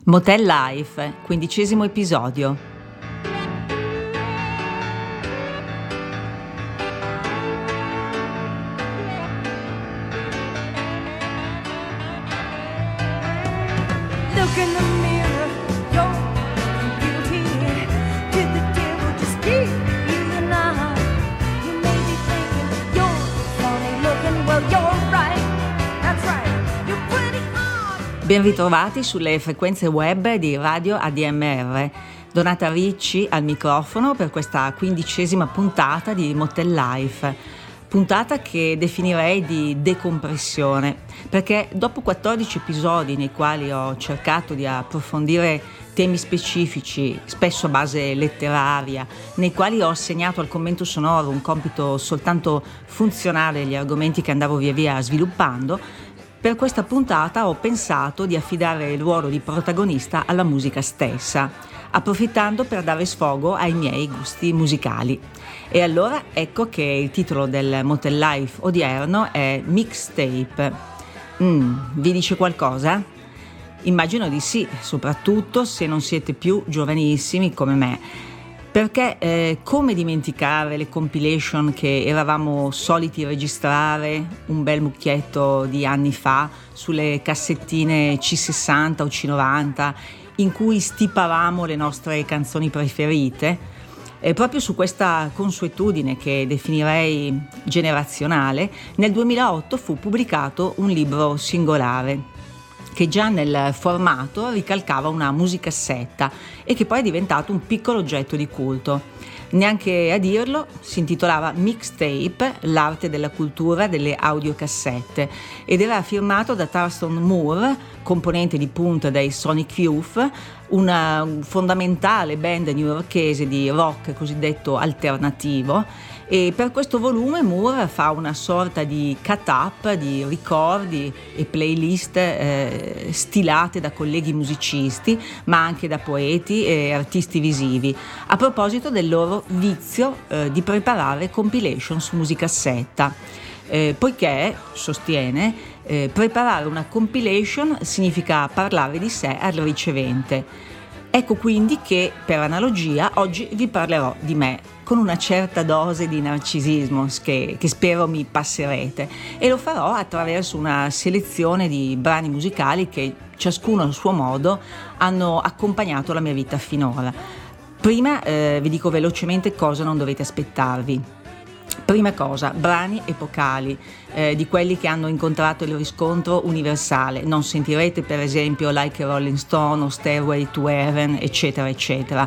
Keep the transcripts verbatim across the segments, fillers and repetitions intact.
Motel Life, quindicesimo episodio. Look in the mirror, you're guilty. Did the devil just give you an eye? You may be thinking you're funny looking, well you're right. That's right, you're pretty hard. Ben ritrovati sulle frequenze web di Radio A D M R. Donata Ricci al microfono per questa quindicesima puntata di Motel Life. Puntata che definirei di decompressione, perché dopo quattordici episodi nei quali ho cercato di approfondire temi specifici, spesso a base letteraria, nei quali ho assegnato al commento sonoro un compito soltanto funzionale agli argomenti che andavo via via sviluppando, per questa puntata ho pensato di affidare il ruolo di protagonista alla musica stessa, approfittando per dare sfogo ai miei gusti musicali. E allora ecco che il titolo del Motel Life odierno è Mixtape. Mm, vi dice qualcosa? Immagino di sì, soprattutto se non siete più giovanissimi come me. Perché eh, come dimenticare le compilation che eravamo soliti registrare un bel mucchietto di anni fa sulle cassettine C sessanta o C novanta in cui stipavamo le nostre canzoni preferite? E proprio su questa consuetudine che definirei generazionale, nel duemilaotto fu pubblicato un libro singolare che già nel formato ricalcava una musicassetta e che poi è diventato un piccolo oggetto di culto. Neanche a dirlo, si intitolava Mixtape, l'arte della cultura delle audiocassette, ed era firmato da Thurston Moore, componente di punta dei Sonic Youth, una fondamentale band newyorkese di rock cosiddetto alternativo. E per questo volume Moore fa una sorta di cut-up di ricordi e playlist eh, stilate da colleghi musicisti, ma anche da poeti e artisti visivi, a proposito del loro vizio eh, di preparare compilation su musicassetta, eh, poiché, sostiene, eh, preparare una compilation significa parlare di sé al ricevente. Ecco quindi che, per analogia, oggi vi parlerò di me, con una certa dose di narcisismo che, che spero mi passerete, e lo farò attraverso una selezione di brani musicali che, ciascuno al suo modo, hanno accompagnato la mia vita finora. Prima eh, vi dico velocemente cosa non dovete aspettarvi. Prima cosa, brani epocali, eh, di quelli che hanno incontrato il riscontro universale. Non sentirete per esempio Like a Rolling Stone o Stairway to Heaven, eccetera, eccetera.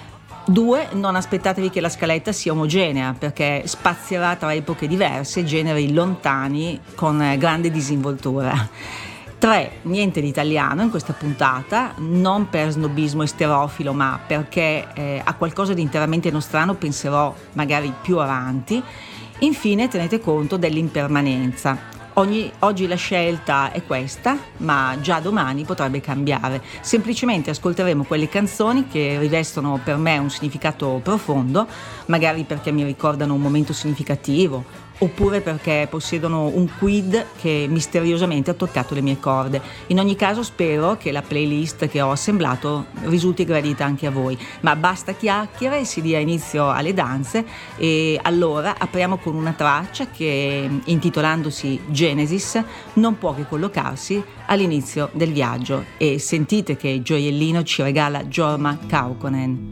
Due, non aspettatevi che la scaletta sia omogenea, perché spazierà tra epoche diverse, generi lontani con grande disinvoltura. Tre, niente di italiano in questa puntata, non per snobismo esterofilo, ma perché eh, a qualcosa di interamente nostrano penserò magari più avanti. Infine tenete conto dell'impermanenza. Ogni, oggi la scelta è questa, ma già domani potrebbe cambiare. Semplicemente ascolteremo quelle canzoni che rivestono per me un significato profondo, magari perché mi ricordano un momento significativo, oppure perché possiedono un quid che misteriosamente ha toccato le mie corde. In ogni caso spero che la playlist che ho assemblato risulti gradita anche a voi, ma basta chiacchiere, si dia inizio alle danze. E allora apriamo con una traccia che, intitolandosi Genesis, non può che collocarsi all'inizio del viaggio, e sentite che gioiellino ci regala Jorma Kaukonen.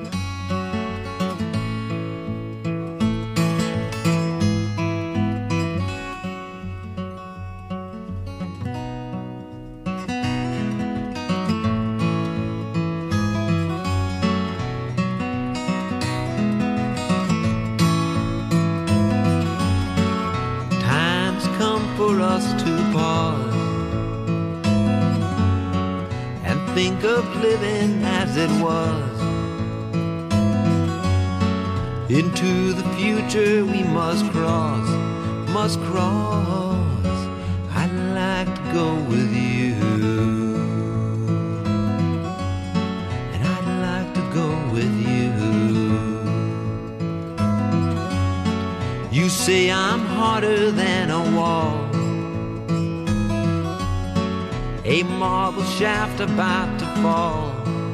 Think of living as it was. Into the future we must cross, must cross. I'd like to go with you, and I'd like to go with you. You say I'm harder than a wall, a marble shaft about to fall.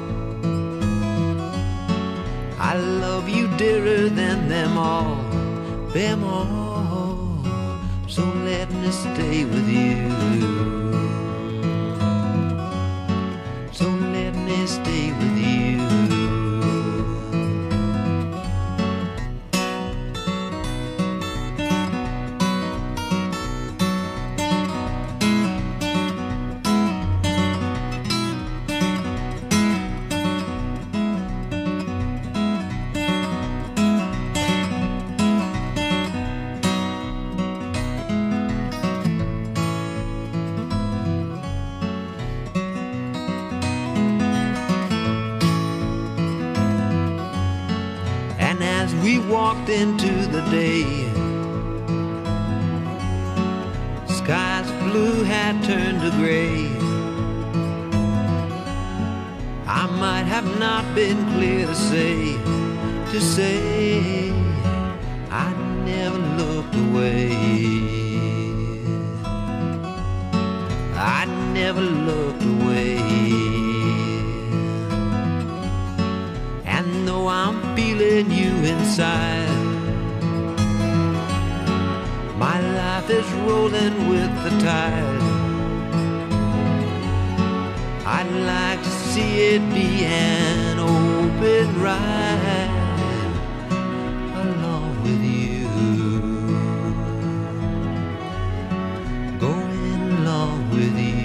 I love you dearer than them all, them all, so let me stay with you. So let me stay with you. We walked into the day, skies blue had turned to gray. I might have not been clear to say, to say I never looked away. I never looked away. And though I'm feeling you inside, my life is rolling with the tide. I'd like to see it be an open ride along with you, going along with you.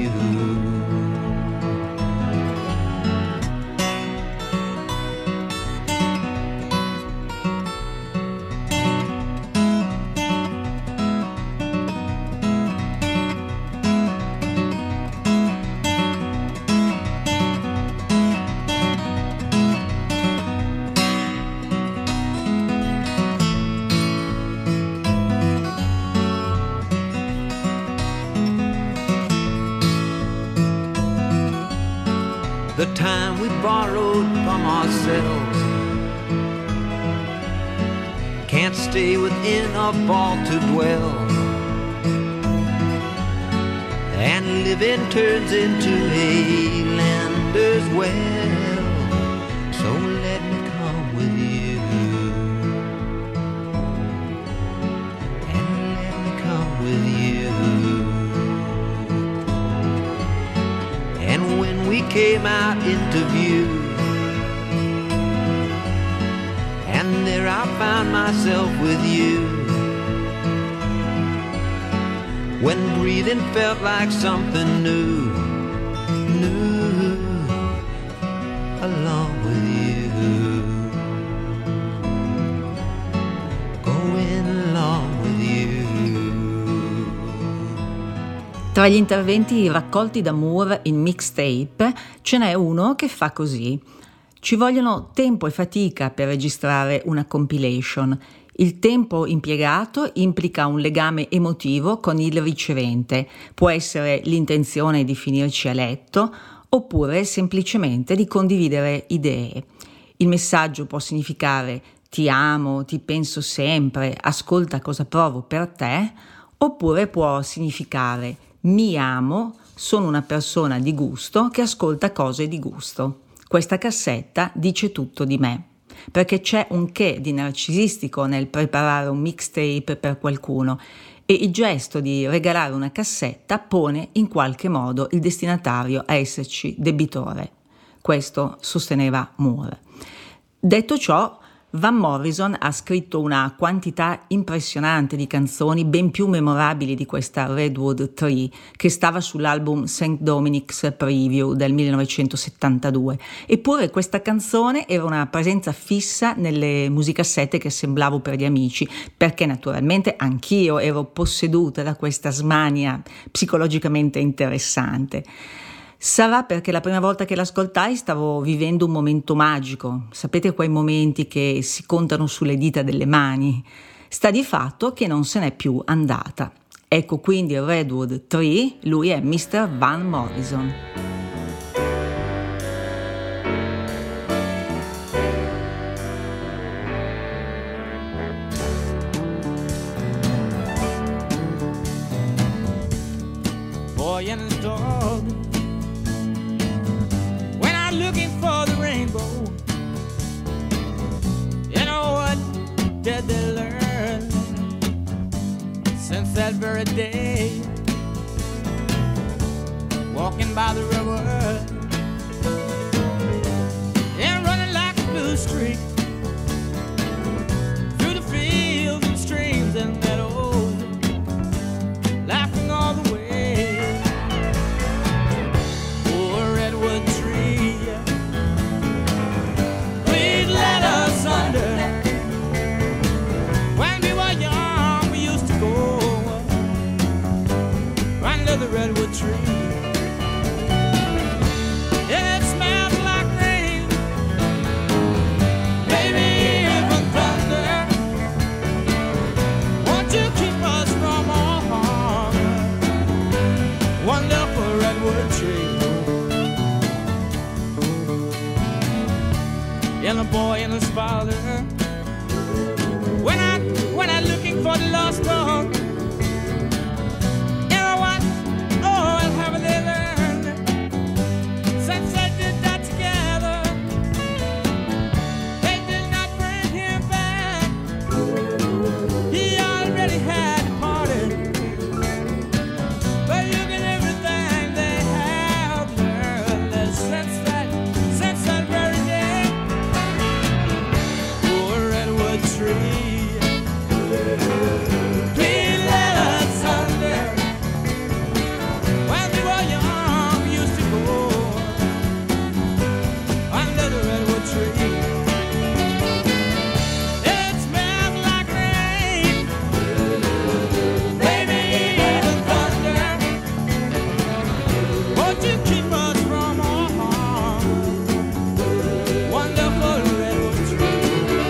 The time we borrowed from ourselves can't stay within a vault to dwell, and living turns into a lender's well. So let me come with you, and let me come with you. And when we came out into view, and there I found myself with you, when breathing felt like something new, new, along with you, going along with you. Tra gli interventi raccolti da Moore in mixtape ce n'è uno che fa così. Ci vogliono tempo e fatica per registrare una compilation. Il tempo impiegato implica un legame emotivo con il ricevente. Può essere l'intenzione di finirci a letto oppure semplicemente di condividere idee. Il messaggio può significare ti amo, ti penso sempre, ascolta cosa provo per te, oppure può significare mi amo, sono una persona di gusto che ascolta cose di gusto. Questa cassetta dice tutto di me, perché c'è un che di narcisistico nel preparare un mixtape per qualcuno e il gesto di regalare una cassetta pone in qualche modo il destinatario a esserci debitore. Questo sosteneva Moore. Detto ciò, Van Morrison ha scritto una quantità impressionante di canzoni ben più memorabili di questa Redwood Tree che stava sull'album Saint Dominic's Preview del millenovecentosettantadue, eppure questa canzone era una presenza fissa nelle musicassette che assemblavo per gli amici, perché naturalmente anch'io ero posseduta da questa smania psicologicamente interessante. Sarà perché la prima volta che l'ascoltai stavo vivendo un momento magico, sapete quei momenti che si contano sulle dita delle mani? Sta di fatto che non se n'è più andata. Ecco quindi il Redwood Tree, lui è mister Van Morrison. Boy and his dog very day, walking by the river and running like a blue streak through the fields and streams and meadows, laughing all the way. Oh, a redwood tree, please let us under. When we were young, we used to go under the redwood tree. It smelled like rain, baby, even thunder. Won't you keep us from all harm? Wonderful redwood tree. And a boy and a spider. When I when I looking for the lost dog. And I watch, oh, and haven't they learned? Since they did that together, they did not bring him back. He already had departed. But look at everything they have learned since that, since that very day. Oh, a redwood tree, please let us under. When we were young, we used to go under the redwood tree. It smelled like rain, baby, even thunder. Won't you keep us from all harm? Wonderful redwood tree.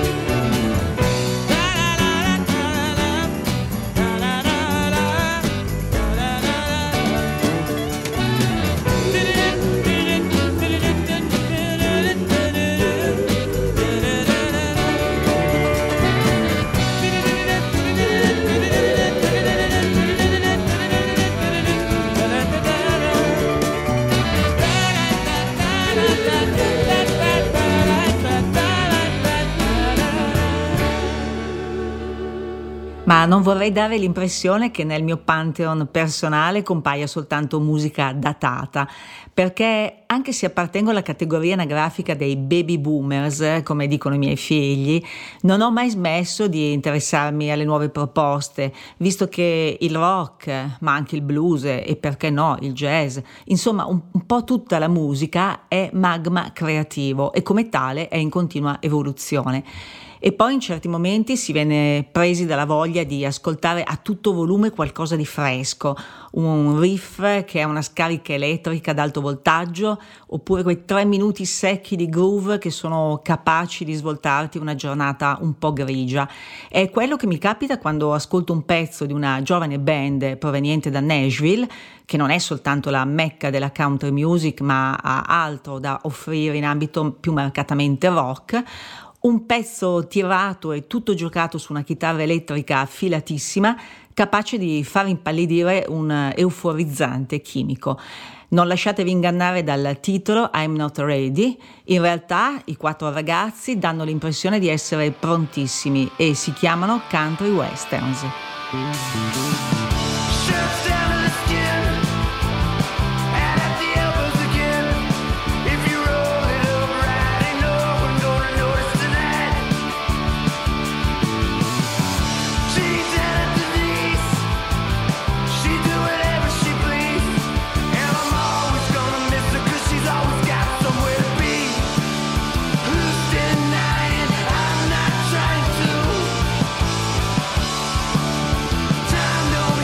Ma non vorrei dare l'impressione che nel mio pantheon personale compaia soltanto musica datata, perché anche se appartengo alla categoria anagrafica dei baby boomers, come dicono i miei figli, non ho mai smesso di interessarmi alle nuove proposte, visto che il rock, ma anche il blues e perché no il jazz, insomma un, un po' tutta la musica è magma creativo e come tale è in continua evoluzione. E poi in certi momenti si viene presi dalla voglia di ascoltare a tutto volume qualcosa di fresco, un riff che è una scarica elettrica ad alto voltaggio, oppure quei tre minuti secchi di groove che sono capaci di svoltarti una giornata un po' grigia. È quello che mi capita quando ascolto un pezzo di una giovane band proveniente da Nashville, che non è soltanto la mecca della country music, ma ha altro da offrire in ambito più marcatamente rock. Un pezzo tirato e tutto giocato su una chitarra elettrica affilatissima, capace di far impallidire un euforizzante chimico. Non lasciatevi ingannare dal titolo I'm Not Ready. In realtà i quattro ragazzi danno l'impressione di essere prontissimi e si chiamano Country Westerns. Time don't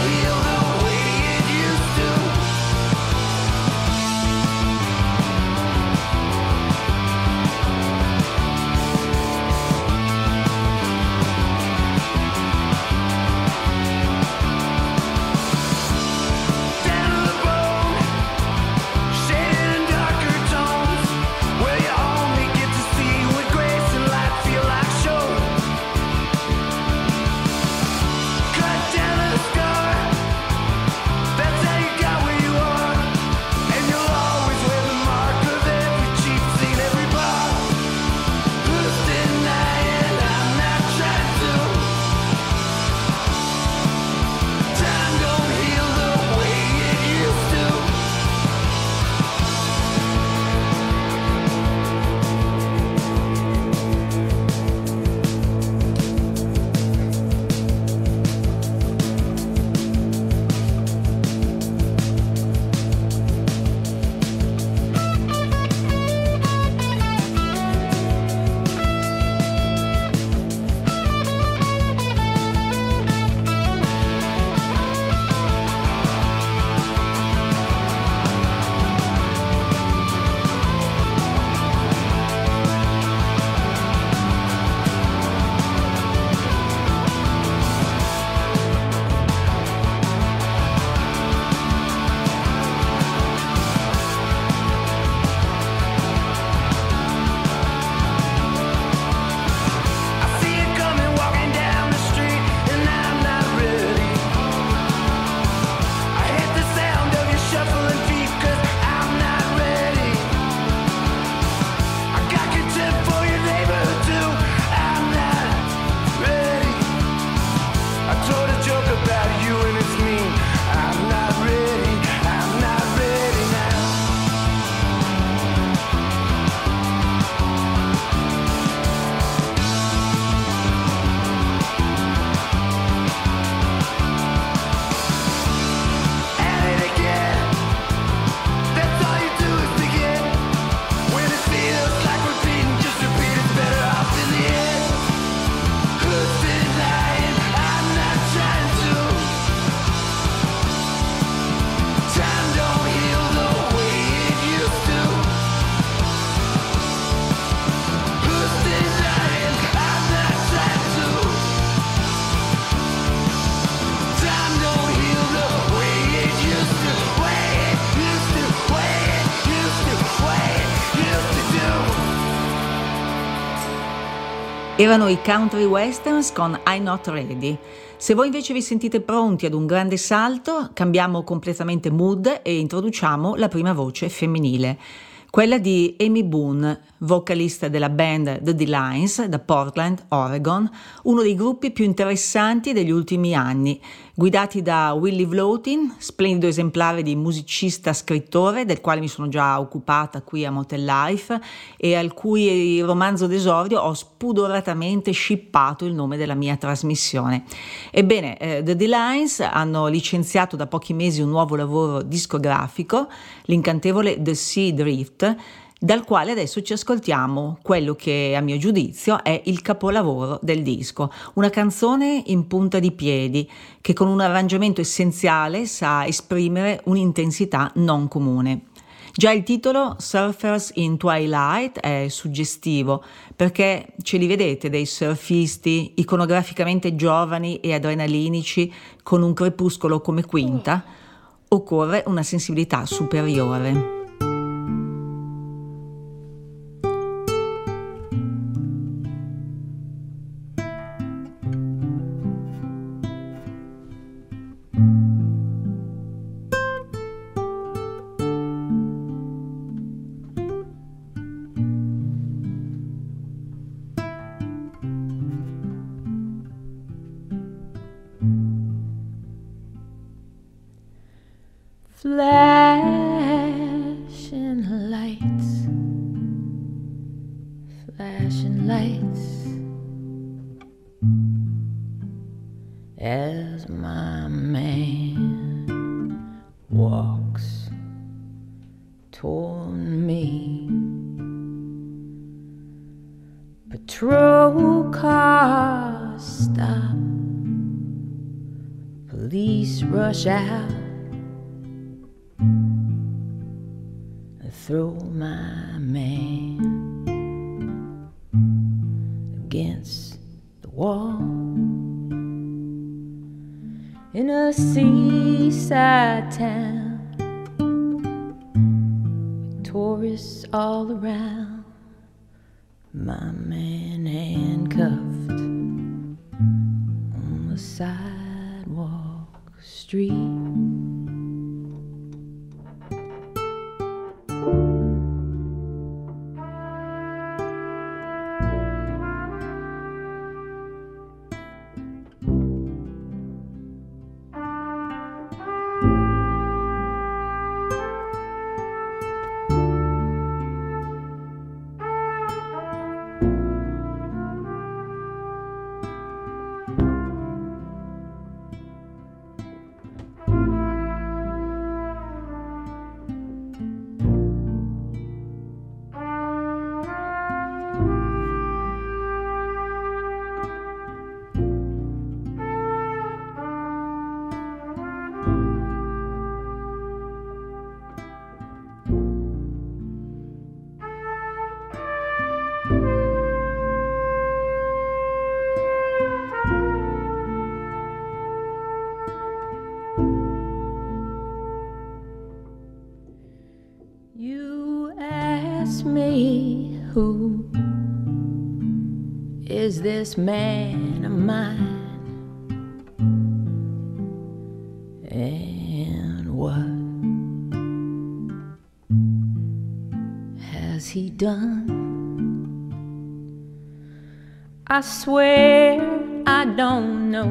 Erano i Country Westerns con I'm Not Ready. Se voi invece vi sentite pronti ad un grande salto, cambiamo completamente mood e introduciamo la prima voce femminile, quella di Amy Boone, vocalista della band The D-Lines da Portland, Oregon, uno dei gruppi più interessanti degli ultimi anni, guidati da Willie Vlotin, splendido esemplare di musicista-scrittore del quale mi sono già occupata qui a Motel Life e al cui romanzo d'esordio ho spudoratamente scippato il nome della mia trasmissione. Ebbene, eh, The D-Lines hanno licenziato da pochi mesi un nuovo lavoro discografico, l'incantevole The Sea Drift, dal quale adesso ci ascoltiamo quello che a mio giudizio è il capolavoro del disco, una canzone in punta di piedi che con un arrangiamento essenziale sa esprimere un'intensità non comune. Già il titolo Surfers in Twilight è suggestivo perché ce li vedete dei surfisti iconograficamente giovani e adrenalinici con un crepuscolo come quinta? Occorre una sensibilità superiore. Flashing lights, flashing lights, as my man walks toward me. Patrol cars stop, police rush out. Throw my man against the wall in a seaside town with tourists all around. My man handcuffed on the sidewalk street. Me, who is this man of mine, and what has he done? I swear I don't know,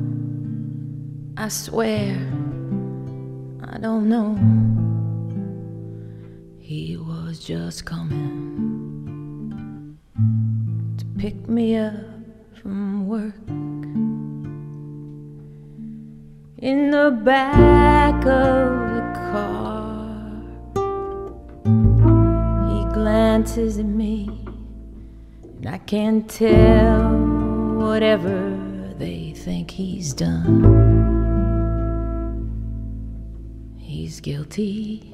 I swear I don't know. He was just coming to pick me up from work. In the back of the car, he glances at me, and I can't tell whatever they think he's done. He's guilty.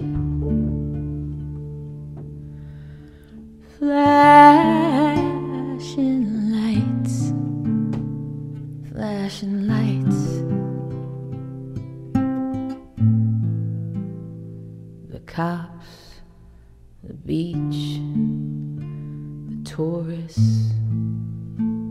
Flashing lights, flashing lights. The cops, the beach, the tourists,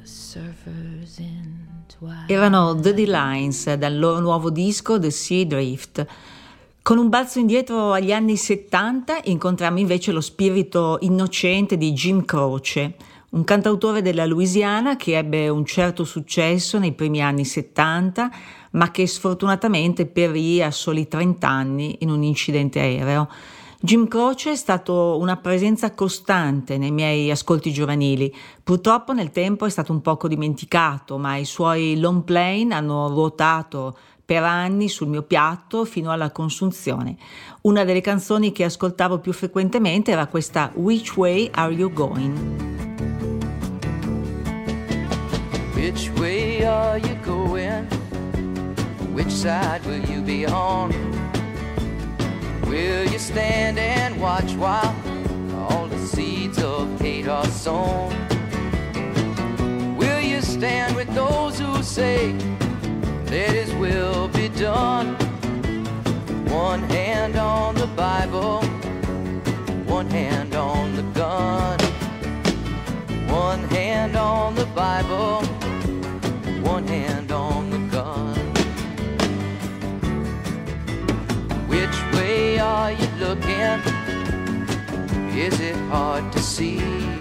Erano The D-Lines dal loro nuovo disco The Sea Drift. Con un balzo indietro agli anni settanta incontriamo invece lo spirito innocente di Jim Croce, un cantautore della Louisiana che ebbe un certo successo nei primi anni settanta, ma che sfortunatamente perì a soli trenta anni in un incidente aereo. Jim Croce è stato una presenza costante nei miei ascolti giovanili. Purtroppo nel tempo è stato un poco dimenticato, ma i suoi long plane hanno ruotato per anni sul mio piatto fino alla consunzione. Una delle canzoni che ascoltavo più frequentemente era questa Which Way Are You Going? Which way are you going? Which side will you be on? Will you stand and watch while all the seeds of hate are sown? Will you stand with those who say that His will be done? One hand on the Bible, one hand on the gun. One hand on the Bible, one hand on the gun. Which way are you looking? Is it hard to see?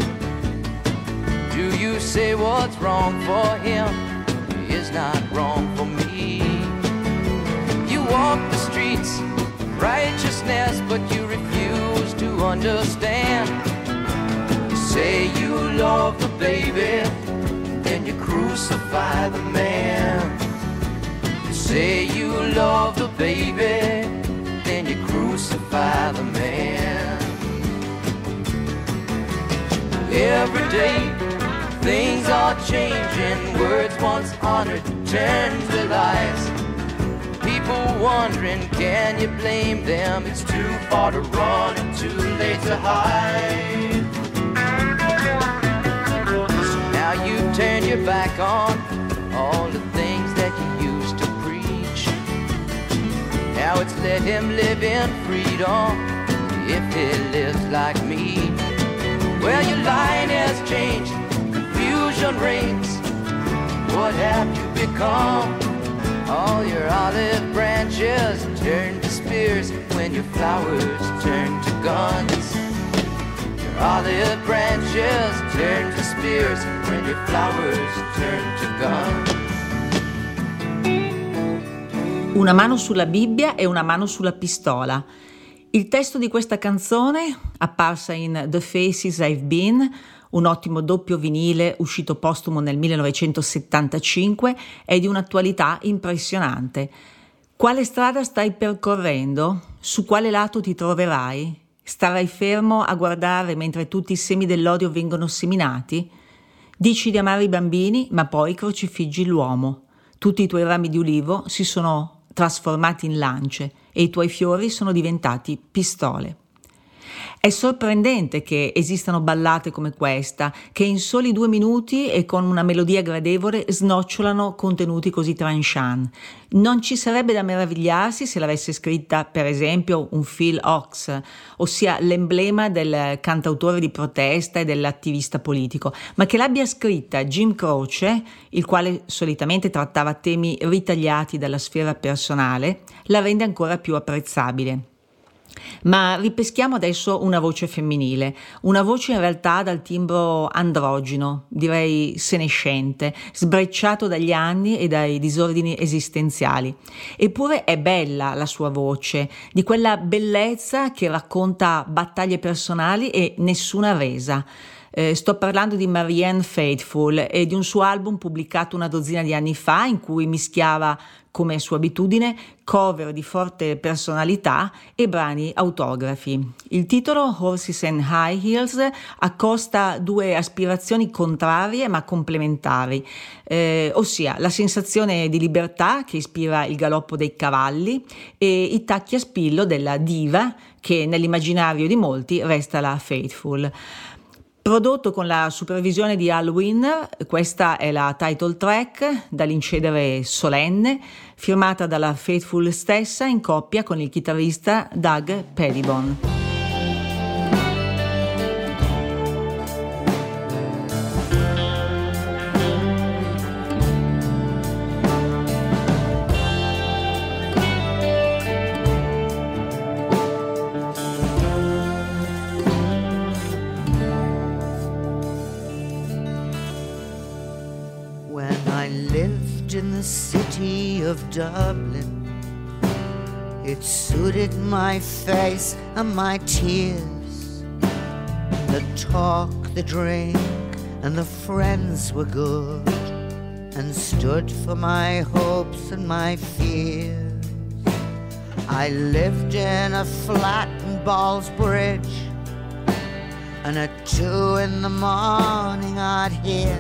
Do you say what's wrong for him is not wrong for me? You walk the streets of righteousness, but you refuse to understand. You say you love the baby, then you crucify the man. You say you love the baby, then you crucify the man. Every day things are changing. Words once honored turn to lies. People wondering, can you blame them? It's too far to run and too late to hide. So now you turn your back on all the things that you used to preach. Now it's let him live in freedom if he lives like me. Well, your line has changed, confusion reigns. What have you become? All your olive branches turn to spears when your flowers turn to guns. Your olive branches turn to spears when your flowers turn to guns. Una mano sulla Bibbia e una mano sulla pistola. Il testo di questa canzone, apparsa in The Faces I've Been, un ottimo doppio vinile uscito postumo nel millenovecentosettantacinque, è di un'attualità impressionante. Quale strada stai percorrendo? Su quale lato ti troverai? Starai fermo a guardare mentre tutti i semi dell'odio vengono seminati? Dici di amare i bambini, ma poi crocifiggi l'uomo. Tutti i tuoi rami di ulivo si sono trasformati in lance e i tuoi fiori sono diventati pistole. È sorprendente che esistano ballate come questa, che in soli due minuti e con una melodia gradevole snocciolano contenuti così tranchant. Non ci sarebbe da meravigliarsi se l'avesse scritta, per esempio, un Phil Ochs, ossia l'emblema del cantautore di protesta e dell'attivista politico, ma che l'abbia scritta Jim Croce, il quale solitamente trattava temi ritagliati dalla sfera personale, la rende ancora più apprezzabile. Ma ripeschiamo adesso una voce femminile, una voce in realtà dal timbro androgino, direi senescente, sbrecciato dagli anni e dai disordini esistenziali. Eppure è bella la sua voce, di quella bellezza che racconta battaglie personali e nessuna resa. Eh, sto parlando di Marianne Faithfull e di un suo album pubblicato una dozzina di anni fa in cui mischiava, come è sua abitudine, cover di forte personalità e brani autografi. Il titolo Horses and High Heels accosta due aspirazioni contrarie ma complementari, eh, ossia la sensazione di libertà che ispira il galoppo dei cavalli e i tacchi a spillo della diva che nell'immaginario di molti resta la Faithfull. Prodotto con la supervisione di Al Winner, questa è la title track dall'incedere solenne, firmata dalla Faithfull stessa in coppia con il chitarrista Doug Pettibone. the city of Dublin. It suited my face and my tears. The talk, the drink, and the friends were good, and stood for my hopes and my fears. I lived in a flat in Ballsbridge, and at two in the morning I'd hear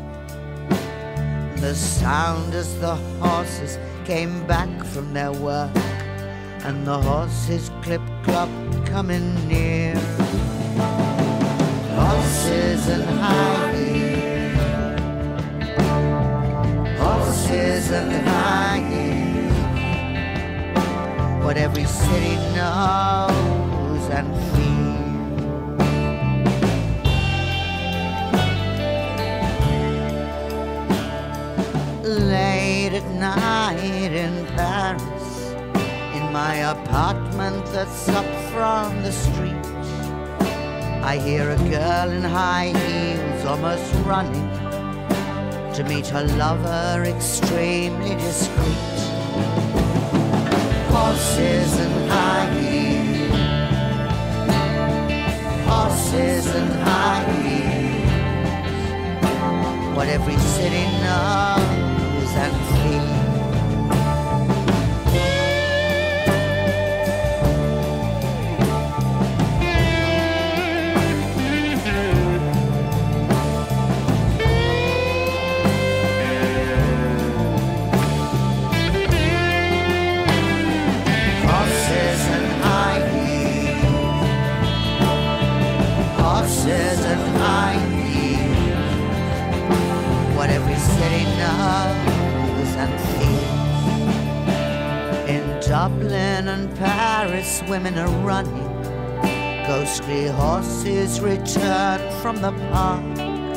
the sound as the horses came back from their work, and the horses clip-clop coming near. Horses and high heels, horses and high heels, what every city knows and feels. Late at night in Paris, in my apartment that's up from the street, I hear a girl in high heels almost running to meet her lover, extremely discreet. Horses and high heels, horses and high heels, what every city knows and feels. Horses and high heels, what every city knows and feels. In Dublin and Paris, women are running. Ghostly horses return from the park,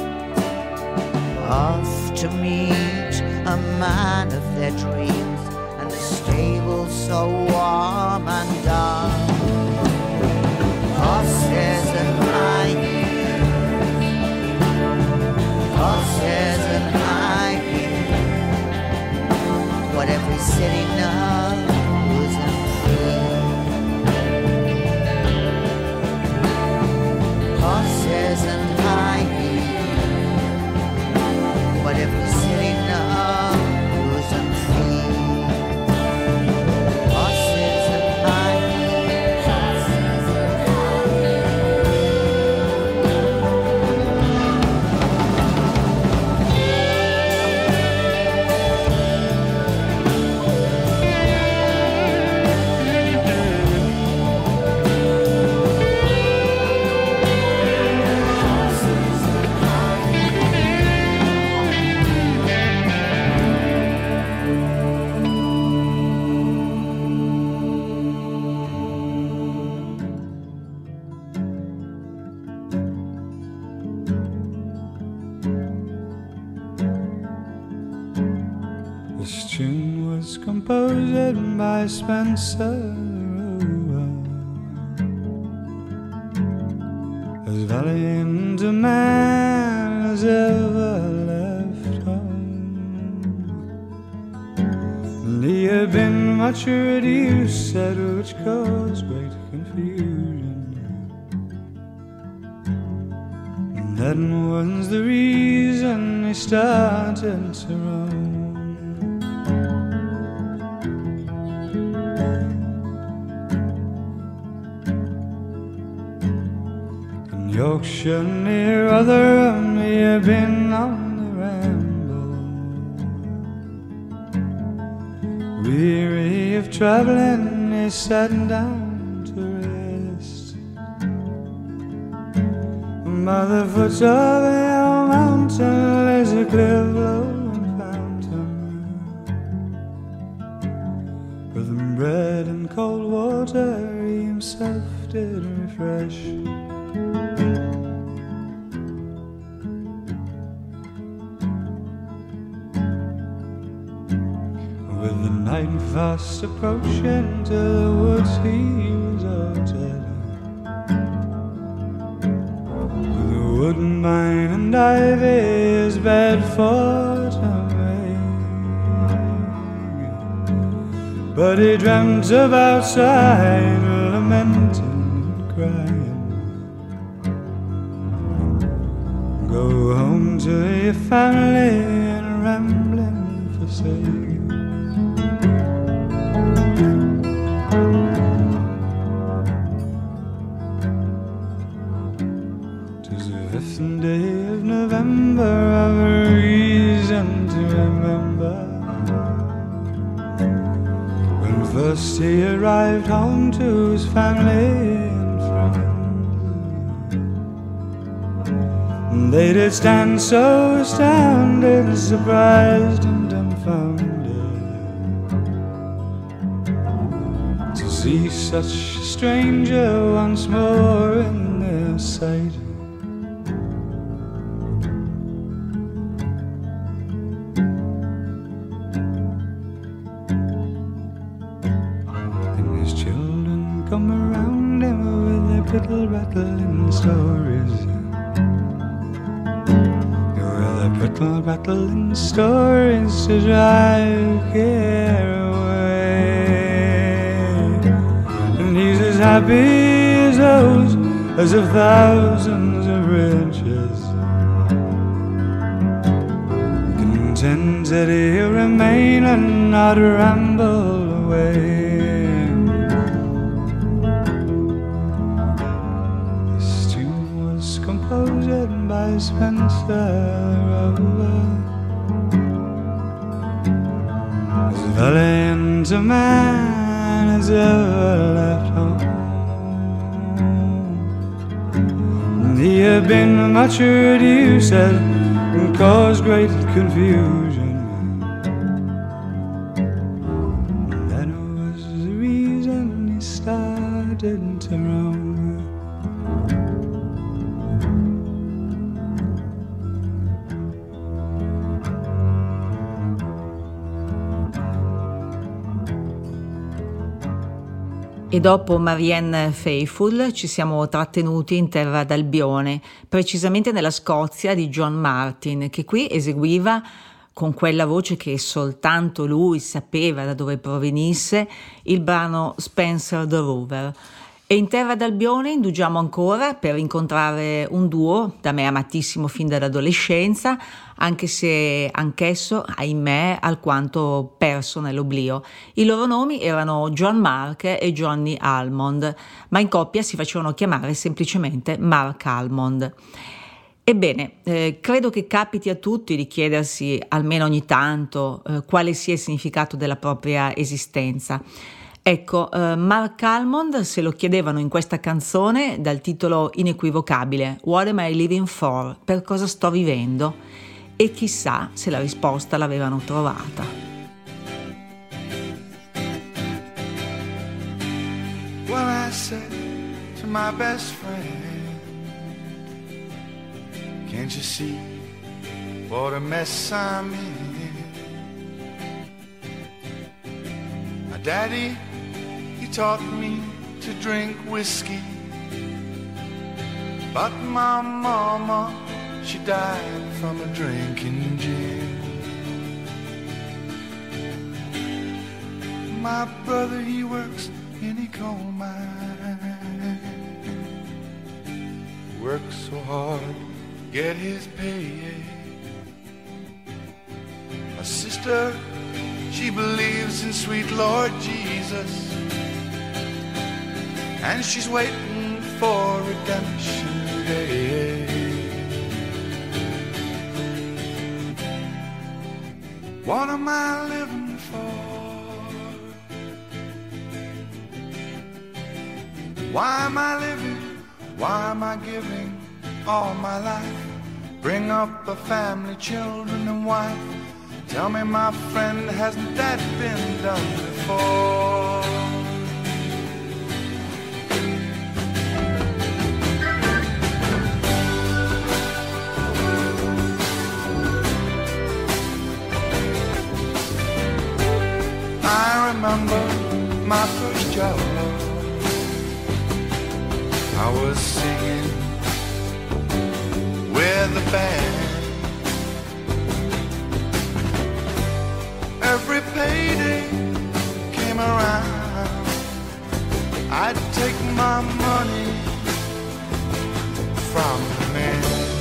off to meet a man of their dreams, and the stable so warm and dark. Horses and high heels, horses and high heels, what every city knows and feels. Horses and high heels, what every city knows and feels. Horses and high heels. This tune was composed by Spencer, as valiant a man as ever left home, and he had been much reduced, at which caused great confusion, and that was the reason he started to roam. Yorkshire near Rotherham, he had been on the ramble. Weary of travelling, he sat down to rest by the foot of a mountain. There's a clear flowing fountain with bread and cold water he himself did refresh. With the night fast approaching, to the woods he resorted, with the woodbine and ivy his bed for to make. but he dreamt of outside lamenting and crying. Go home to your family and rambling forsake. Tis the fifth day of November, I've a reason to remember. When first he arrived home to his family and friends, they did stand so astounded, surprised and dumbfounded to see such a stranger once more in their sight. And his children come around him with their brittle rattling stories. Brittle rattling stories to drive care away. And he's as happy as those, as of thousands of riches, content that he'll remain and not ramble away. This tune was composed by Spencer, as valiant a man as ever left home. And he had been much reduced and caused great confusion. And that was the reason he started to roam. E dopo Marianne Faithfull ci siamo trattenuti in terra d'Albione, precisamente nella Scozia di John Martin, che qui eseguiva con quella voce che soltanto lui sapeva da dove provenisse il brano Spencer the Rover. E in terra d'Albione indugiamo ancora per incontrare un duo da me amatissimo fin dall'adolescenza, anche se anch'esso, ahimè, alquanto perso nell'oblio. I loro nomi erano John Mark e Johnny Almond, ma in coppia si facevano chiamare semplicemente Mark Almond. Ebbene, eh, credo che capiti a tutti di chiedersi almeno ogni tanto eh, quale sia il significato della propria esistenza. Ecco, eh, Mark Almond se lo chiedevano in questa canzone dal titolo inequivocabile What am I living for? Per cosa sto vivendo? E chissà se la risposta l'avevano trovata. Well, I said to my best friend, can't you see what a mess I'm in? My daddy, he taught me to drink whiskey, but my mama, she died from a drinking gin. My brother, he works in a coal mine, works so hard to get his pay. My sister, she believes in sweet Lord Jesus, and she's waiting for redemption day. What am I living for? Why am I living? Why am I giving all my life? Bring up a family, children and wife. Tell me, my friend, hasn't that been done before? I remember my first job. I was singing with the band. Every payday came around. I'd take my money from the man.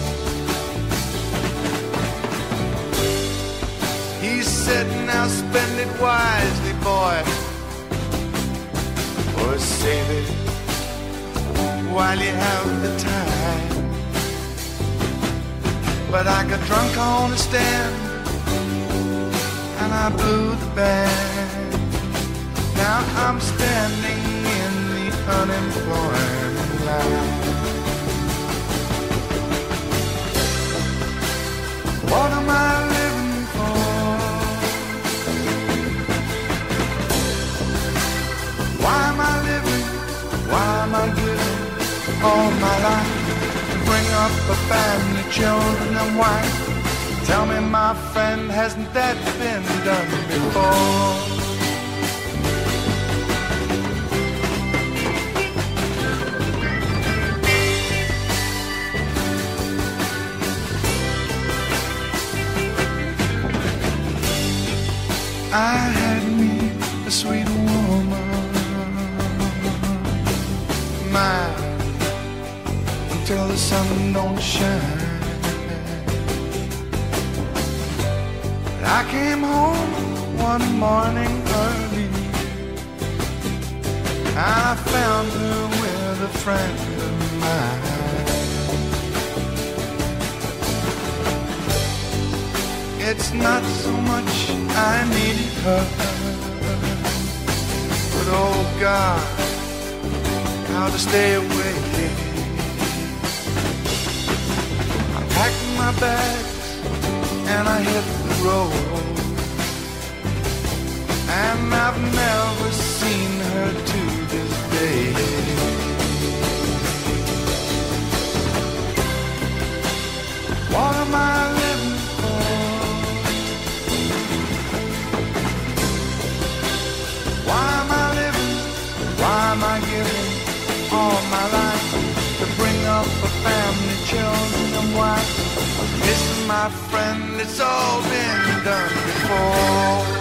He said, now spend it wisely, boy, or save it while you have the time. But I got drunk on the stand and I blew the band. Now I'm standing in the unemployment line. What am I living for? Why am I living? Why am I giving all my life to bring up a family, children and wife? Tell me, my friend, hasn't that been done before? I had me a sweet woman, mine until the sun don't shine. I came home one morning early, I found her with a friend of mine. It's not so much I needed her, but oh God, how to stay away. I packed my bags and I hit the road, and I've never seen her to this day. What am I living for? Why am I living? Why am I giving all my life to bring up a family, children and wife? Listen, my friend, it's all been done before.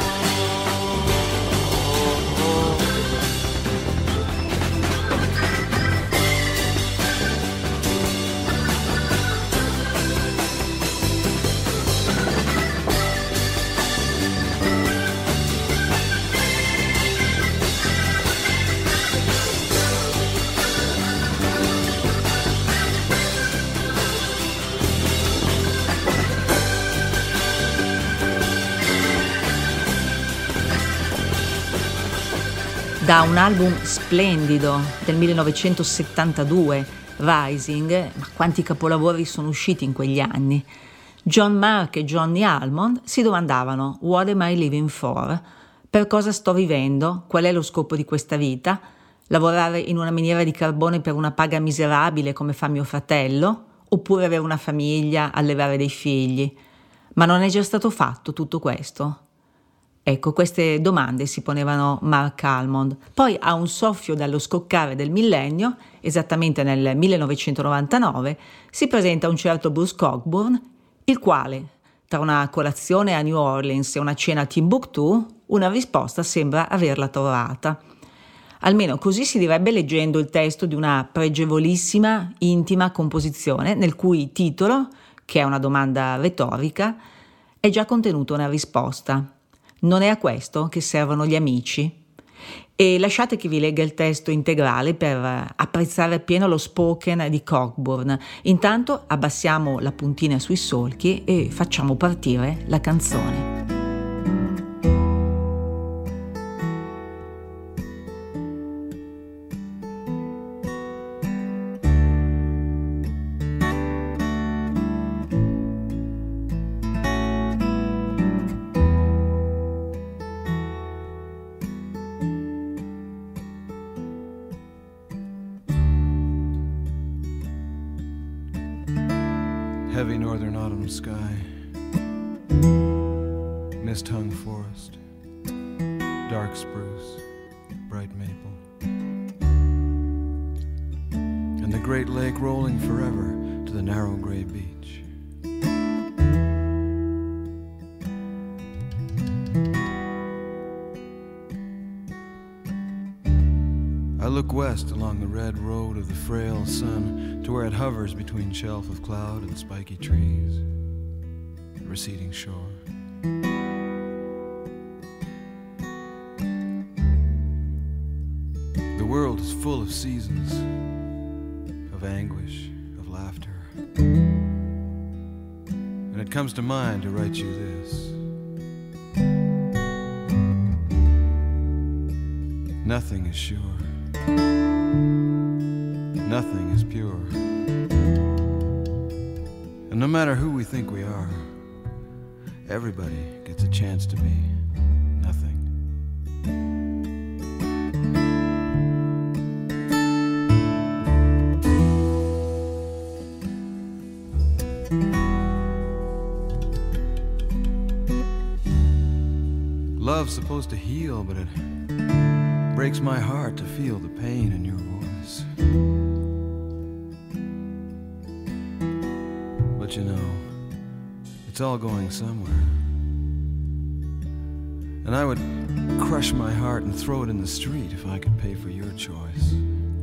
Da un album splendido del millenovecentosettantadue, Rising, ma quanti capolavori sono usciti in quegli anni. John Mark e Johnny Almond si domandavano What am I living for? Per cosa sto vivendo? Qual è lo scopo di questa vita? Lavorare in una miniera di carbone per una paga miserabile come fa mio fratello? Oppure avere una famiglia, allevare dei figli? Ma non è già stato fatto tutto questo? Ecco, queste domande si ponevano Mark Almond. Poi, a un soffio dallo scoccare del millennio, esattamente nel millenovecentonovantanove, si presenta un certo Bruce Cockburn, il quale, tra una colazione a New Orleans e una cena a Timbuktu, una risposta sembra averla trovata. Almeno così si direbbe leggendo il testo di una pregevolissima, intima composizione, nel cui titolo, che è una domanda retorica, è già contenuta una risposta. Non è a questo che servono gli amici? E lasciate che vi legga il testo integrale per apprezzare appieno lo spoken di Cockburn. Intanto abbassiamo la puntina sui solchi e facciamo partire la canzone. Heavy northern autumn sky, mist-hung forest, dark spruce, bright maple, and the great lake rolling forever to the narrow gray beach. west along the red road of the frail sun to where it hovers between shelf of cloud and spiky trees, the receding shore. The world is full of seasons, of anguish, of laughter. And it comes to mind to write you this. Nothing is sure. Nothing is pure. And no matter who we think we are, everybody gets a chance to be nothing. Love's supposed to heal, but it breaks my heart to feel the pain in your voice. But you know, it's all going somewhere. And I would crush my heart and throw it in the street if I could pay for your choice.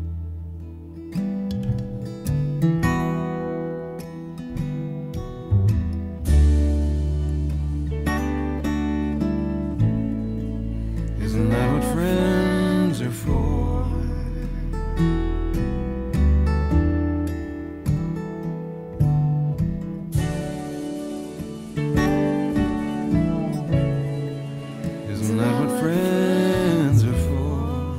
Isn't that what friends are for? Isn't that what friends are for?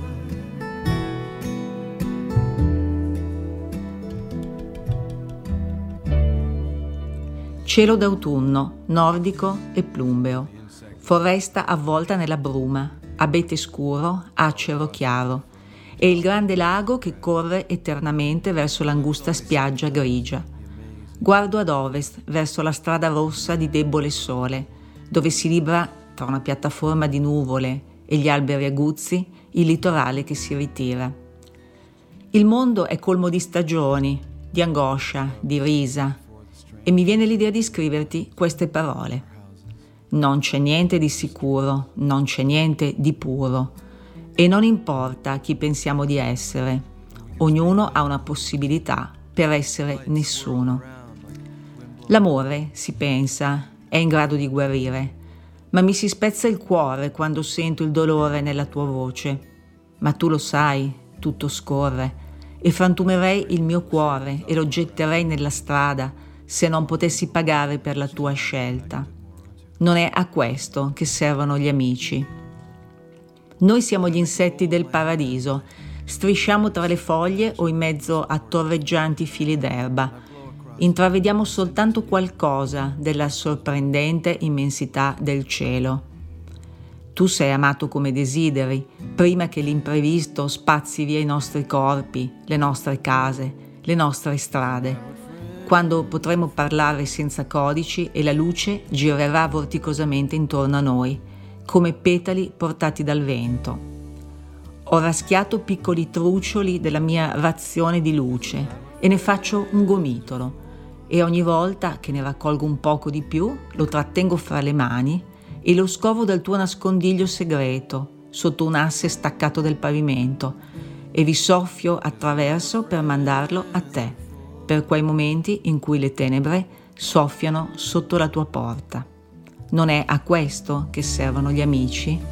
Cielo d'autunno, nordico e plumbeo, foresta avvolta nella bruma, abete scuro, acero chiaro, e il grande lago che corre eternamente verso l'angusta spiaggia grigia. Guardo ad ovest, verso la strada rossa di debole sole, dove si libra, tra una piattaforma di nuvole e gli alberi aguzzi, il litorale che si ritira. Il mondo è colmo di stagioni, di angoscia, di risa, e mi viene l'idea di scriverti queste parole. Non c'è niente di sicuro, non c'è niente di puro, e non importa chi pensiamo di essere, ognuno ha una possibilità per essere nessuno. L'amore, si pensa, è in grado di guarire, ma mi si spezza il cuore quando sento il dolore nella tua voce. Ma tu lo sai, tutto scorre, e frantumerei il mio cuore e lo getterei nella strada se non potessi pagare per la tua scelta. Non è a questo che servono gli amici. Noi siamo gli insetti del paradiso, strisciamo tra le foglie o in mezzo a torreggianti fili d'erba. Intravediamo soltanto qualcosa della sorprendente immensità del cielo. Tu sei amato come desideri, prima che l'imprevisto spazzi via i nostri corpi, le nostre case, le nostre strade. Quando potremo parlare senza codici e la luce girerà vorticosamente intorno a noi, come petali portati dal vento. Ho raschiato piccoli trucioli della mia razione di luce e ne faccio un gomitolo, e ogni volta che ne raccolgo un poco di più lo trattengo fra le mani e lo scovo dal tuo nascondiglio segreto, sotto un asse staccato del pavimento, e vi soffio attraverso per mandarlo a te, per quei momenti in cui le tenebre soffiano sotto la tua porta. Non è a questo che servono gli amici?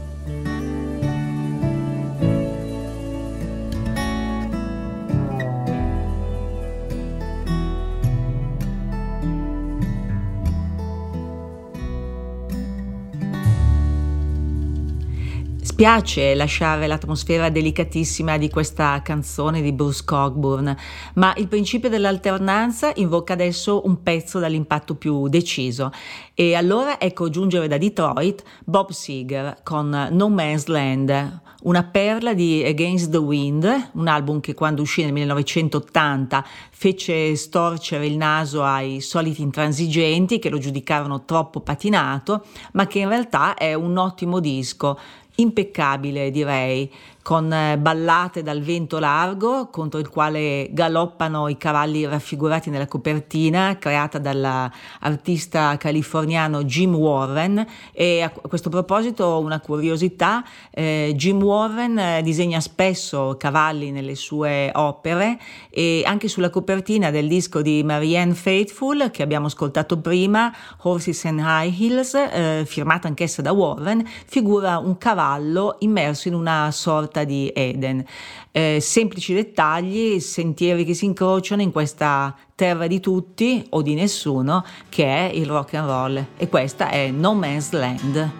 Piace lasciare l'atmosfera delicatissima di questa canzone di Bruce Cockburn, ma il principio dell'alternanza invoca adesso un pezzo dall'impatto più deciso, e allora ecco giungere da Detroit Bob Seger con No Man's Land, una perla di Against the Wind, un album che quando uscì nel millenovecentottanta fece storcere il naso ai soliti intransigenti che lo giudicarono troppo patinato, ma che in realtà è un ottimo disco, impeccabile direi, con eh, ballate dal vento largo contro il quale galoppano i cavalli raffigurati nella copertina creata dall'artista californiano Jim Warren. E a questo proposito una curiosità, eh, Jim Warren eh, disegna spesso cavalli nelle sue opere, e anche sulla copertina del disco di Marianne Faithfull che abbiamo ascoltato prima, Horses and High Heels, eh, firmata anch'essa da Warren, figura un cavallo immerso in una sorta di Eden. Eh, semplici dettagli, sentieri che si incrociano in questa terra di tutti o di nessuno che è il rock and roll, e questa è No Man's Land.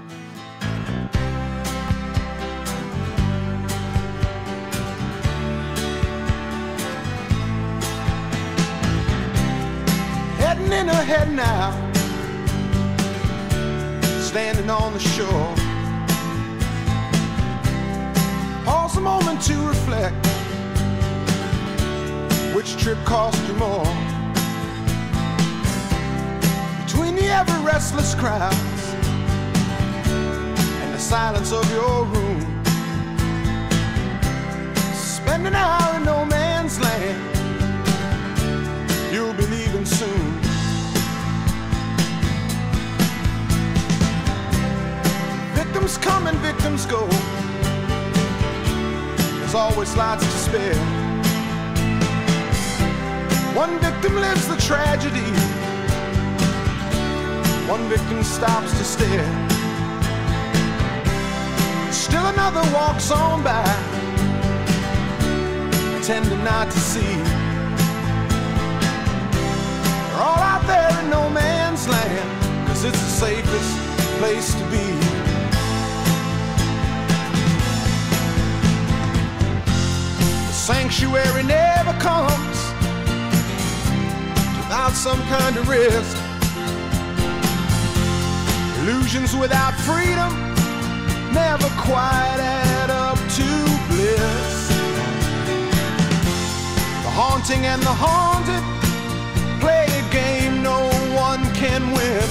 Heading in ahead now, standing on the shore. Pause a moment to reflect. Which trip cost you more? Between the ever restless crowds and the silence of your room, spend an hour in no man's land. You'll be leaving soon. Victims come and victims go. There's always lots to spare. One victim lives the tragedy. One victim stops to stare. Still another walks on by, pretending not to see. They're all out there in no man's land, 'cause it's the safest place to be. Sanctuary never comes without some kind of risk. Illusions without freedom never quite add up to bliss. The haunting and the haunted play a game no one can win.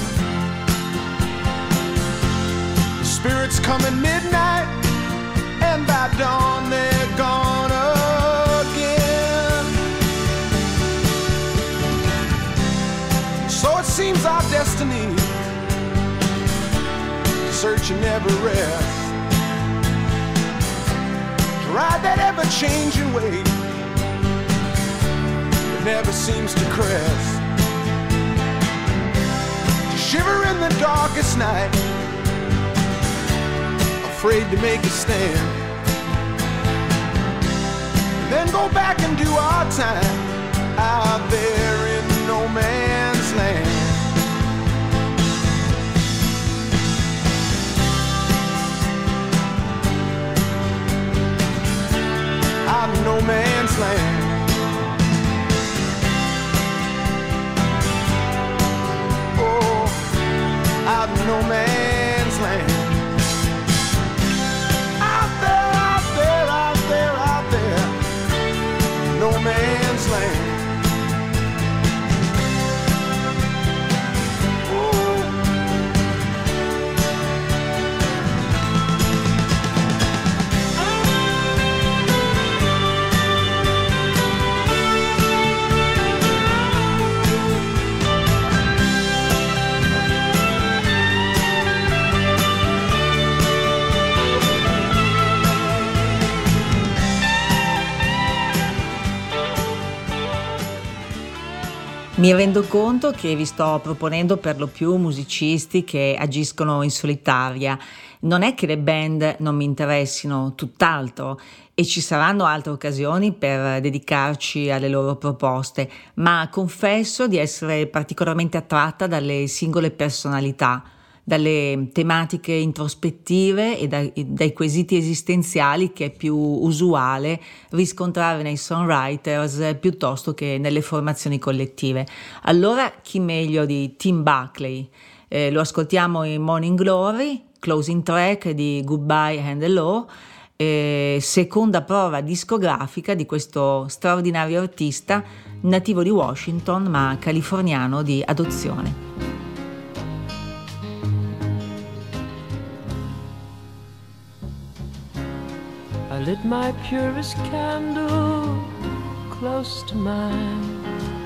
The spirits come at midnight, and by dawn they're gone again. So it seems our destiny to search and never rest, to ride that ever-changing wave that never seems to crest, to shiver in the darkest night, afraid to make a stand, and then go back and do our time out there in no man's land. Out in no man's land. Oh, out in no man's land. Out there, out there, out there, out there, no man's land. Mi rendo conto che vi sto proponendo per lo più musicisti che agiscono in solitaria. Non è che le band non mi interessino, tutt'altro, e ci saranno altre occasioni per dedicarci alle loro proposte, ma confesso di essere particolarmente attratta dalle singole personalità, dalle tematiche introspettive e dai, dai quesiti esistenziali che è più usuale riscontrare nei songwriters piuttosto che nelle formazioni collettive. Allora chi meglio di Tim Buckley? Eh, lo ascoltiamo in Morning Glory, closing track di Goodbye and Hello, eh, seconda prova discografica di questo straordinario artista nativo di Washington ma californiano di adozione. I lit my purest candle close to mine,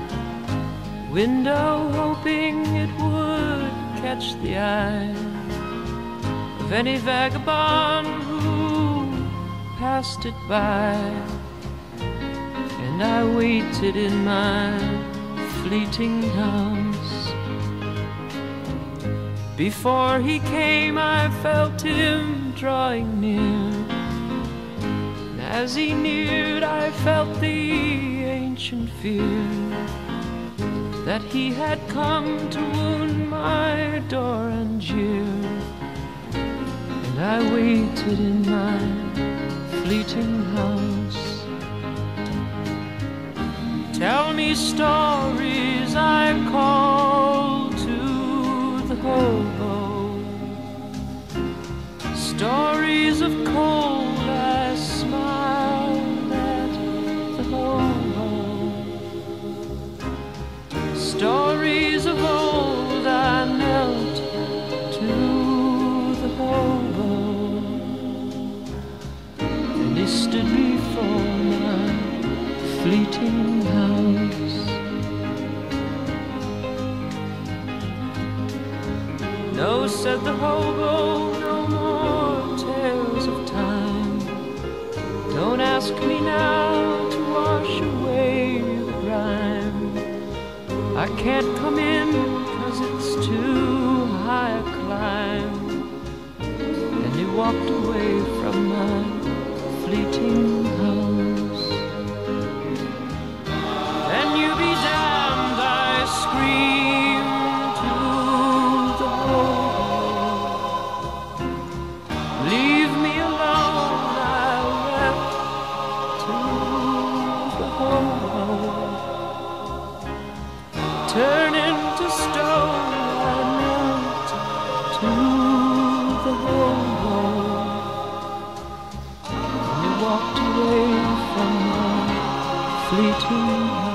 window hoping it would catch the eye of any vagabond who passed it by. And I waited in my fleeting house. Before he came, I felt him drawing near. And as he neared, I felt the ancient fear that he had come to wound my door and jeer. And I waited in my fleeting house. Tell me stories, I call to the hobo. Stories of cold, I smiled at the hobo. Stories of old, I knelt to the hobo. And he stood before my fleeting house. No, said the hobo, no more tales of time. Don't ask me now to wash away the grime. I can't come in 'cause it's too high a climb. And he walked away from my fleeting house. And you be damned, I scream to the hobo. Leave me alone, I wept to the hobo. Turn into stone, I knelt to the hobo. And he walked away from my fleeting house.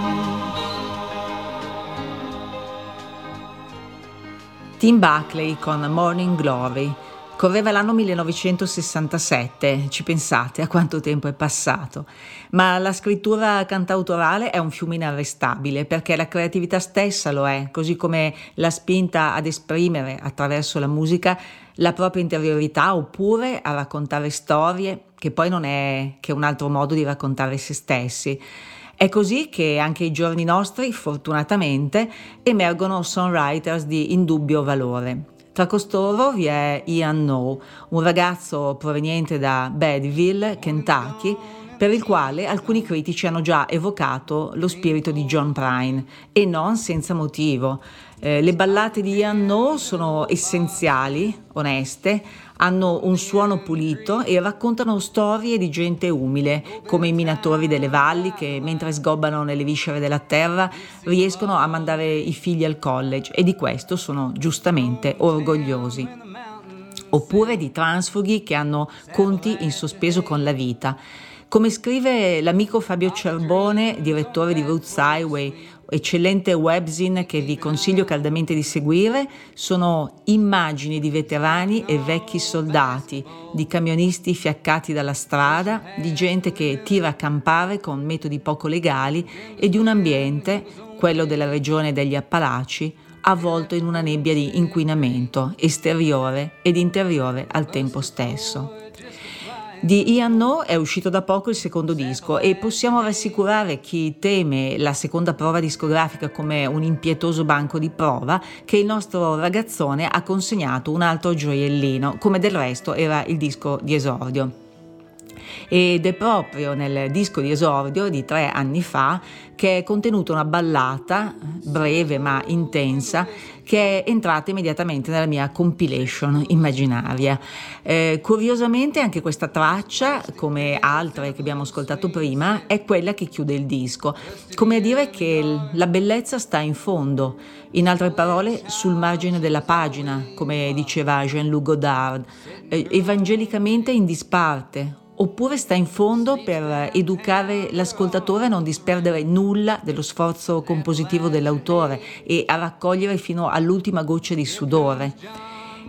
Tim Buckley con Morning Glory. Correva l'anno millenovecentosessantasette, ci pensate a quanto tempo è passato, ma la scrittura cantautorale è un fiume inarrestabile perché la creatività stessa lo è, così come la spinta ad esprimere attraverso la musica la propria interiorità oppure a raccontare storie, che poi non è che un altro modo di raccontare se stessi. È così che anche ai giorni nostri, fortunatamente, emergono songwriters di indubbio valore. Tra costoro vi è Ian Noe, un ragazzo proveniente da Badville, Kentucky, per il quale alcuni critici hanno già evocato lo spirito di John Prine, e non senza motivo. Eh, le ballate di Ian Noe sono essenziali, oneste, hanno un suono pulito e raccontano storie di gente umile, come i minatori delle valli che, mentre sgobbano nelle viscere della terra, riescono a mandare i figli al college e di questo sono giustamente orgogliosi. Oppure di transfughi che hanno conti in sospeso con la vita. Come scrive l'amico Fabio Cerbone, direttore di Roots Highway, eccellente webzine che vi consiglio caldamente di seguire, sono immagini di veterani e vecchi soldati, di camionisti fiaccati dalla strada, di gente che tira a campare con metodi poco legali e di un ambiente, quello della regione degli Appalachi, avvolto in una nebbia di inquinamento esteriore ed interiore al tempo stesso. Di Ian Noe è uscito da poco il secondo disco e possiamo rassicurare chi teme la seconda prova discografica come un impietoso banco di prova che il nostro ragazzone ha consegnato un altro gioiellino, come del resto era il disco di esordio. Ed è proprio nel disco di esordio di tre anni fa che è contenuta una ballata, breve ma intensa, che è entrata immediatamente nella mia compilation immaginaria. Eh, curiosamente anche questa traccia, come altre che abbiamo ascoltato prima, è quella che chiude il disco, come a dire che la bellezza sta in fondo, in altre parole sul margine della pagina, come diceva Jean-Luc Godard, eh, evangelicamente in disparte, oppure sta in fondo per educare l'ascoltatore a non disperdere nulla dello sforzo compositivo dell'autore e a raccogliere fino all'ultima goccia di sudore.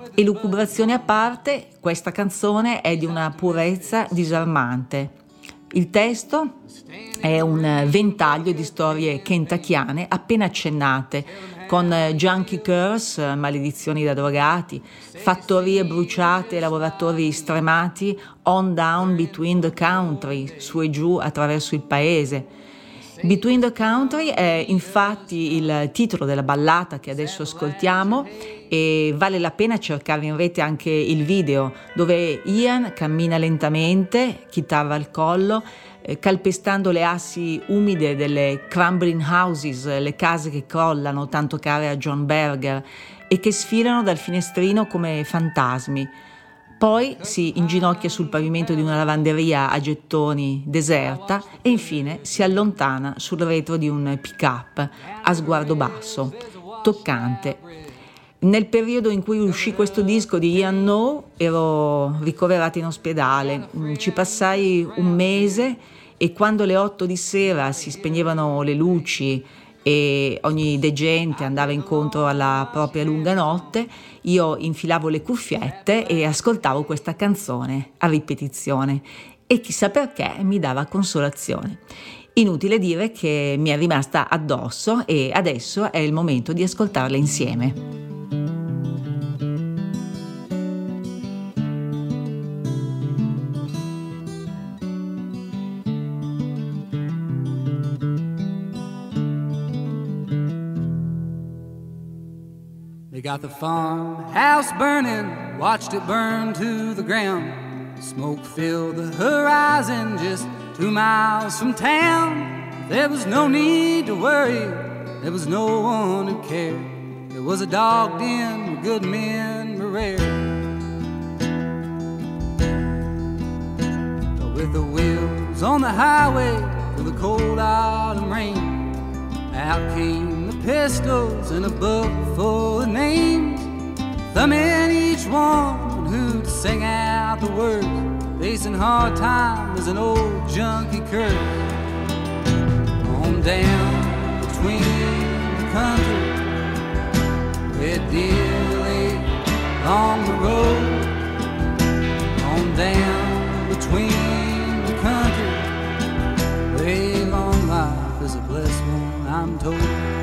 Elucubrazioni a parte, questa canzone è di una purezza disarmante. Il testo è un ventaglio di storie kentakiane appena accennate, con junkie curse, maledizioni da drogati, fattorie bruciate, lavoratori stremati, on down between the country, su e giù attraverso il paese. Between the Country è infatti il titolo della ballata che adesso ascoltiamo e vale la pena cercare in rete anche il video dove Ian cammina lentamente, chitarra al collo, eh, calpestando le assi umide delle crumbling houses, le case che crollano tanto care a John Berger e che sfilano dal finestrino come fantasmi. Poi si inginocchia sul pavimento di una lavanderia a gettoni deserta e infine si allontana sul retro di un pick-up a sguardo basso, toccante. Nel periodo in cui uscì questo disco di Ian No ero ricoverata in ospedale, ci passai un mese e quando alle otto di sera si spegnevano le luci e ogni degente andava incontro alla propria lunga notte, io infilavo le cuffiette e ascoltavo questa canzone a ripetizione e chissà perché mi dava consolazione. Inutile dire che mi è rimasta addosso e adesso è il momento di ascoltarla insieme. They got the farmhouse burning, watched it burn to the ground. Smoke filled the horizon just two miles from town. There was no need to worry, there was no one who cared. It was a dog den where good men were rare. But with the wheels on the highway through the cold autumn rain, out came the pistols and a book full of names, thumbing each one who'd sing out the words, facing hard times as an old junkie curse. On down between the country, red deer lay along the road. On down between the country, way long life is a blessed one, I'm told.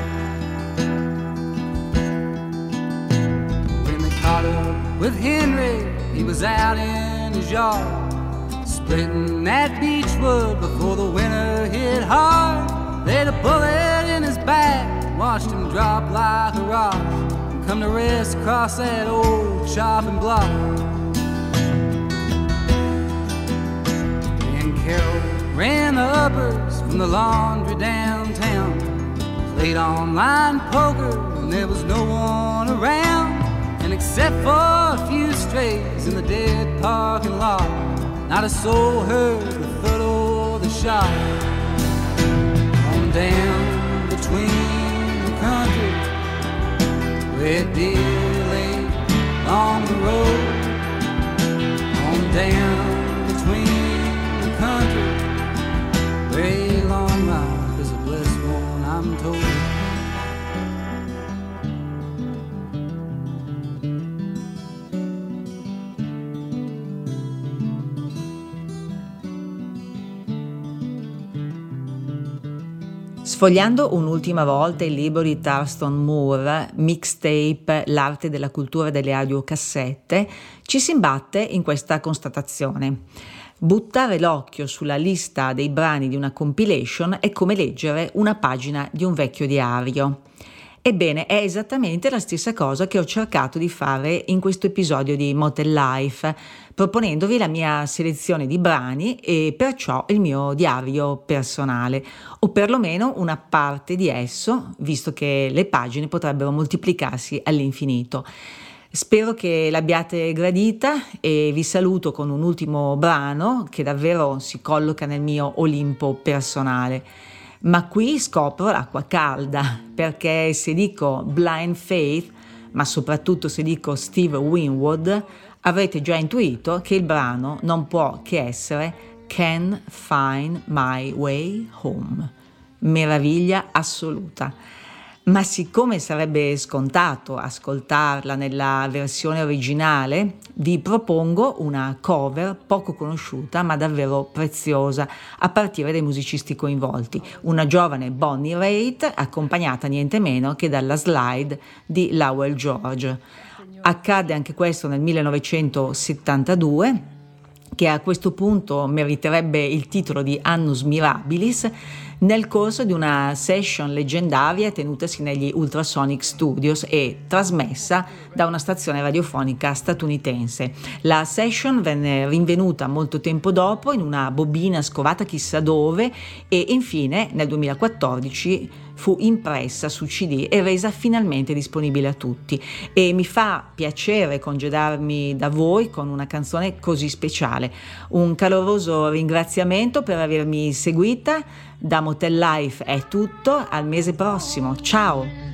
When they caught up with Henry, he was out in his yard, splitting that beechwood before the winter hit hard. Laid a bullet in his back, watched him drop like a rock, and come to rest across that old chopping block. And Carol ran the uppers from the laundry downtown, played online poker when there was no one around, and except for a few strays in the dead parking lot, not a soul heard the thud or the shot. On down between the country, where deer lay on the road. On down between the country, very long life is a blessed one, I'm told. Sfogliando un'ultima volta il libro di Thurston Moore, Mixtape, l'arte della cultura delle audiocassette, ci si imbatte in questa constatazione. Buttare l'occhio sulla lista dei brani di una compilation è come leggere una pagina di un vecchio diario. Ebbene, è esattamente la stessa cosa che ho cercato di fare in questo episodio di Motel Life, proponendovi la mia selezione di brani e perciò il mio diario personale, o perlomeno una parte di esso, visto che le pagine potrebbero moltiplicarsi all'infinito. Spero che l'abbiate gradita e vi saluto con un ultimo brano che davvero si colloca nel mio Olimpo personale. Ma qui scopro l'acqua calda, perché se dico Blind Faith, ma soprattutto se dico Steve Winwood, avrete già intuito che il brano non può che essere Can't Find My Way Home. Meraviglia assoluta. Ma siccome sarebbe scontato ascoltarla nella versione originale, vi propongo una cover poco conosciuta ma davvero preziosa, a partire dai musicisti coinvolti, una giovane Bonnie Raitt accompagnata niente meno che dalla slide di Lowell George. Accade anche questo nel millenovecentosettantadue, che a questo punto meriterebbe il titolo di Annus Mirabilis, nel corso di una session leggendaria tenutasi negli Ultrasonic Studios e trasmessa da una stazione radiofonica statunitense. La session venne rinvenuta molto tempo dopo in una bobina scovata chissà dove e infine nel duemilaquattordici fu impressa su C D e resa finalmente disponibile a tutti. E mi fa piacere congedarmi da voi con una canzone così speciale. Un caloroso ringraziamento per avermi seguita. Da Motel Life è tutto, al mese prossimo, ciao!